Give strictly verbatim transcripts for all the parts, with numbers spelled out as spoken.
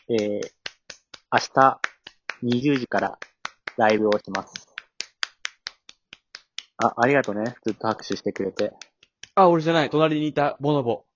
えー、明日にじゅうじからライブをします。あ、ありがとうね。ずっと拍手してくれて。 あ、俺じゃない。隣にいたボノボ。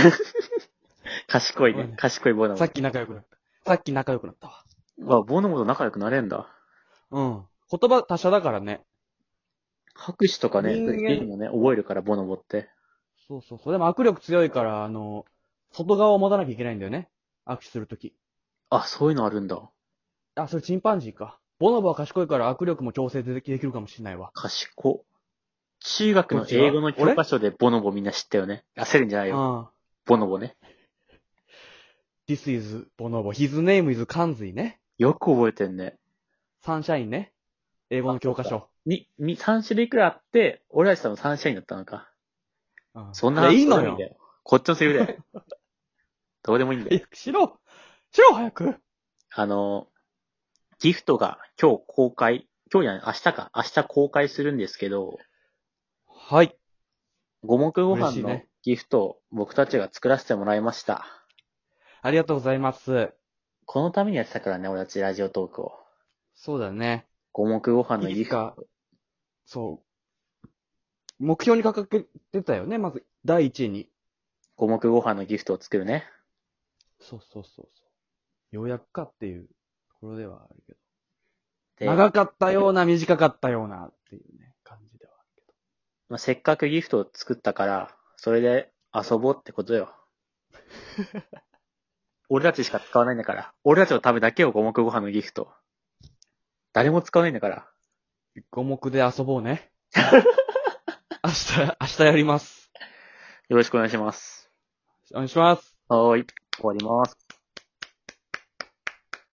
賢いね。 ごめんね。 賢いボノボ。 さっき仲良くなった。さっき仲良くなったわ。 わ、ボノボと仲良くなれんだ。 うん。言葉達者だからね。 拍手とかね、 人間、 いいのね、覚えるから、ボノボって。 そうそうそう。でも握力強いから、あの、外側を持たなきゃいけないんだよね。握手するとき。 あ、そういうのあるんだ。 あ、それチンパンジーか。ボノボは賢いから握力も調整できるかもしれないわ。 賢。中学どっちがの英語の教科俺書でボノボみんな知ったよね。焦るんじゃないよ。 ああ。 ボノボね。 This is ボノボ。His name is カンズイね。 よく覚えてんね。 サンシャインね。英語の教科書。 に、に、さん種類くらいあって、俺たち多分サンシャインだったのか。 うん。 そんな話いやいいのよ。 どうでもいいんだよ。こっちのセリフだよ。どうでもいいんだよ。 え、しろしろ早くあの、ギフトが今日公開、今日じゃない、明日か。明日公開するんですけど、 はい。 五目ご飯の嬉しいね。 ギフトを僕たちが作らせてもらいました。 ありがとうございます。 このためにやってたからね、俺たちラジオトークを。 そうだね。 五目ご飯のいギフト。 つか、そう。目標に掲げてたよね。まず、第一位に。 五目ご飯のギフトを作るね。 そうそうそうそう。ようやくかっていうところではあるけど。 で、 長かったような、短かったようなっていうね、感じではあるけど。 まあ、せっかくギフトを作ったから、それで遊ぼうってことよ。俺たちしか使わないんだから。俺たちのためだけを五目ご飯のギフト。誰も使わないんだから。 五目で遊ぼうね。明日、明日やります。 よろしくお願いします。 お願いします。 はーい。終わります。